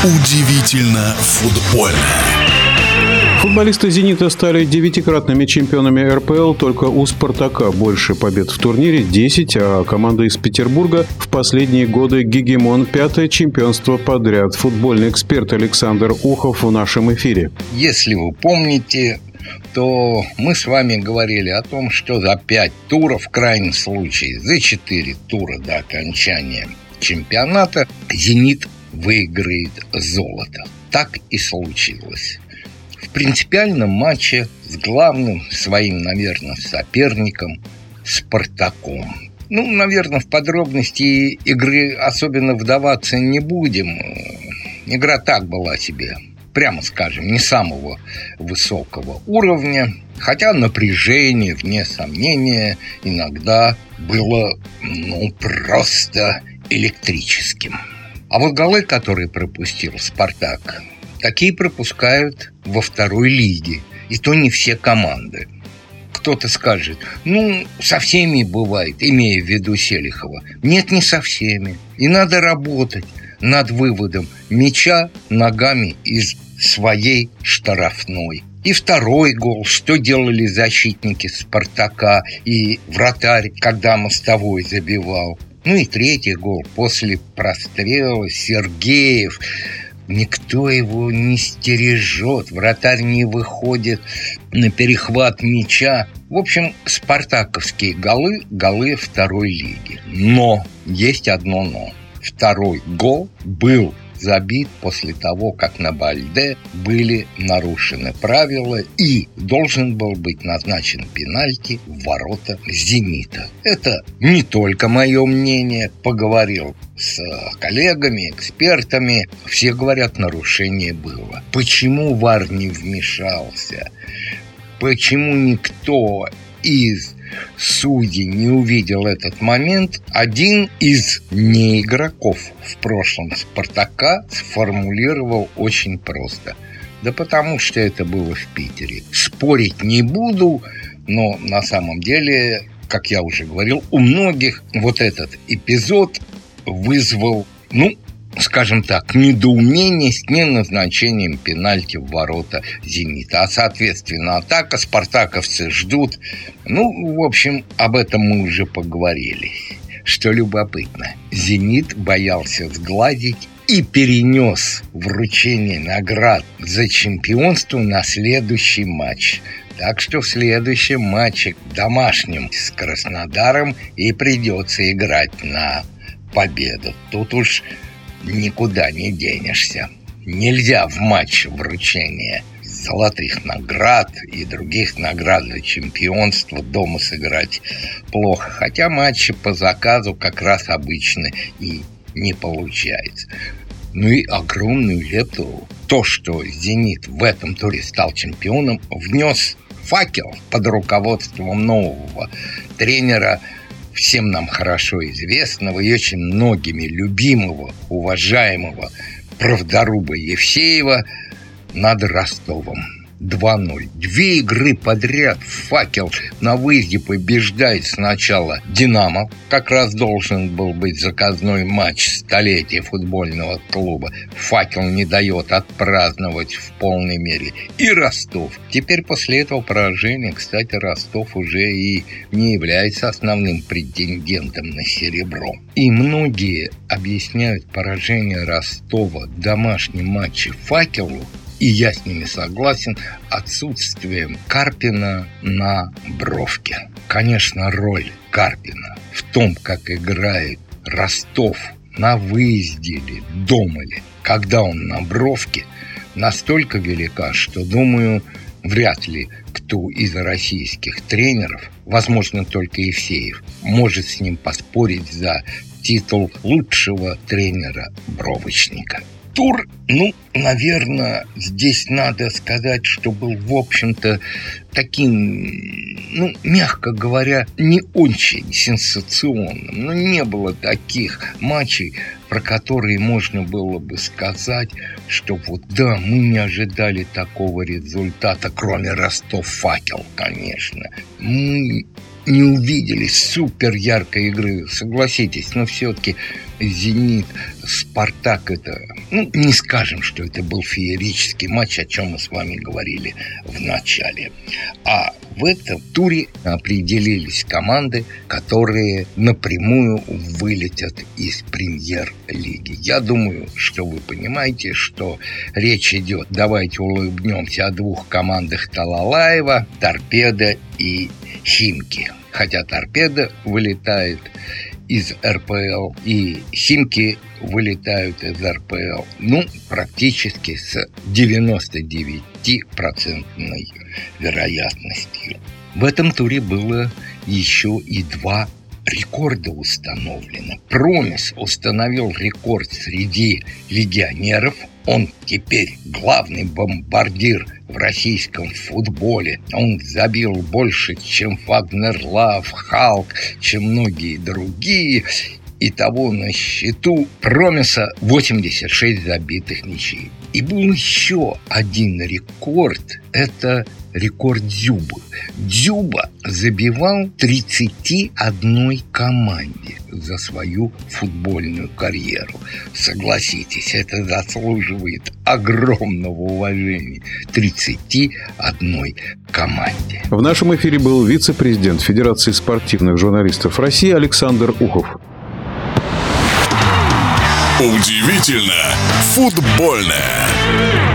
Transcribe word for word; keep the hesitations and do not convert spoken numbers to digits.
Удивительно футбольно. Футболисты «Зенита» стали девятикратными чемпионами эр пэ эл, только у «Спартака» больше побед в турнире – десять, а команда из Петербурга в последние годы гегемон, пятое чемпионство подряд. Футбольный эксперт Александр Ухов в нашем эфире. Если вы помните, то мы с вами говорили о том, что за пять туров, в крайнем случае за четыре тура до окончания чемпионата, «Зенит» выиграет золото. Так и случилось. В принципиальном матче с главным своим, наверное, соперником «Спартаком». Ну, наверное, в подробности игры особенно вдаваться не будем. Игра так была себе, прямо скажем, не самого высокого уровня. Хотя напряжение, вне сомнения, иногда было, ну, просто электрическим. А вот голы, которые пропустил «Спартак», такие пропускают во второй лиге. И то не все команды. Кто-то скажет, ну, со всеми бывает, имея в виду Селихова. Нет, не со всеми. И надо работать над выводом мяча ногами из своей штрафной. И второй гол, что делали защитники «Спартака» и вратарь, когда мостовой забивал. Ну и третий гол после прострела Сергеев. Никто его не стережет, вратарь не выходит на перехват мяча. В общем, спартаковские голы – голы второй лиги. Но есть одно «но». Второй гол был забит после того, как на Бальде были нарушены правила и должен был быть назначен пенальти в ворота «Зенита». Это не только мое мнение. Поговорил с коллегами, экспертами. Все говорят, нарушение было. Почему ВАР не вмешался? Почему никто из судей не увидел этот момент? Один из неигроков в прошлом «Спартака» сформулировал очень просто. Да потому что это было в Питере. Спорить не буду, но на самом деле, как я уже говорил, у многих вот этот эпизод вызвал, ну, скажем так, недоумение с неназначением пенальти в ворота «Зенита». А, соответственно, атака, спартаковцы ждут. Ну, в общем, об этом мы уже поговорили. Что любопытно, «Зенит» боялся сгладить и перенес вручение наград за чемпионство на следующий матч. Так что в следующем матче, домашнем с Краснодаром, и придется играть на победу. Тут уж никуда не денешься. Нельзя в матче вручения золотых наград и других наград за чемпионство дома сыграть плохо. Хотя матчи по заказу как раз обычно и не получается. Ну и огромную лепту то, что «Зенит» в этом туре стал чемпионом, внес факел под руководством нового тренера, всем нам хорошо известного и очень многими любимого, уважаемого правдоруба Евсеева над Ростовом. два ноль. Две игры подряд «Факел» на выезде побеждает сначала «Динамо». Как раз должен был быть заказной матч столетия футбольного клуба. «Факел» не дает отпраздновать в полной мере. И Ростов. Теперь после этого поражения, кстати, Ростов уже и не является основным претендентом на серебро. И многие объясняют поражение Ростова в домашнем матче «Факелу», и я с ними согласен, отсутствием Карпина на бровке. Конечно, роль Карпина в том, как играет Ростов на выезде ли, дома ли, когда он на бровке, настолько велика, что, думаю, вряд ли кто из российских тренеров, возможно, только Евсеев, может с ним поспорить за титул лучшего тренера-бровочника. Тур, ну, наверное, здесь надо сказать, что был, в общем-то, таким, ну, мягко говоря, не очень сенсационным. Но не было таких матчей, про которые можно было бы сказать, что вот да, мы не ожидали такого результата, кроме Ростов-Факел, конечно. Мы не увидели супер яркой игры, согласитесь, но все-таки «Зенит», «Спартак» — это, ну, не скажем, что это был феерический матч, о чем мы с вами говорили в начале. А в этом туре определились команды, которые напрямую вылетят из премьер-лиги. Я думаю, что вы понимаете, что речь идет, давайте улыбнемся, о двух командах Талалаева, «Торпедо» и «Химки». Хотя «Торпедо» вылетает из эр пэ эл, и «Химки» вылетают из эр пэ эл, ну, практически с девяносто девять процентов вероятностью. В этом туре было еще и два рекорда установлено. «Промис» установил рекорд среди легионеров. Он теперь главный бомбардир в российском футболе. Он забил больше, чем Вагнер Лав, Халк, чем многие другие. Итого на счету «Промиса» восемьдесят шесть забитых мячей. И был еще один рекорд. Это рекорд Дзюбы. Дзюба забивал тридцати одной команде за свою футбольную карьеру. Согласитесь, это заслуживает огромного уважения. тридцати одной команде. В нашем эфире был вице-президент Федерации спортивных журналистов России Александр Ухов. Удивительно футбольное.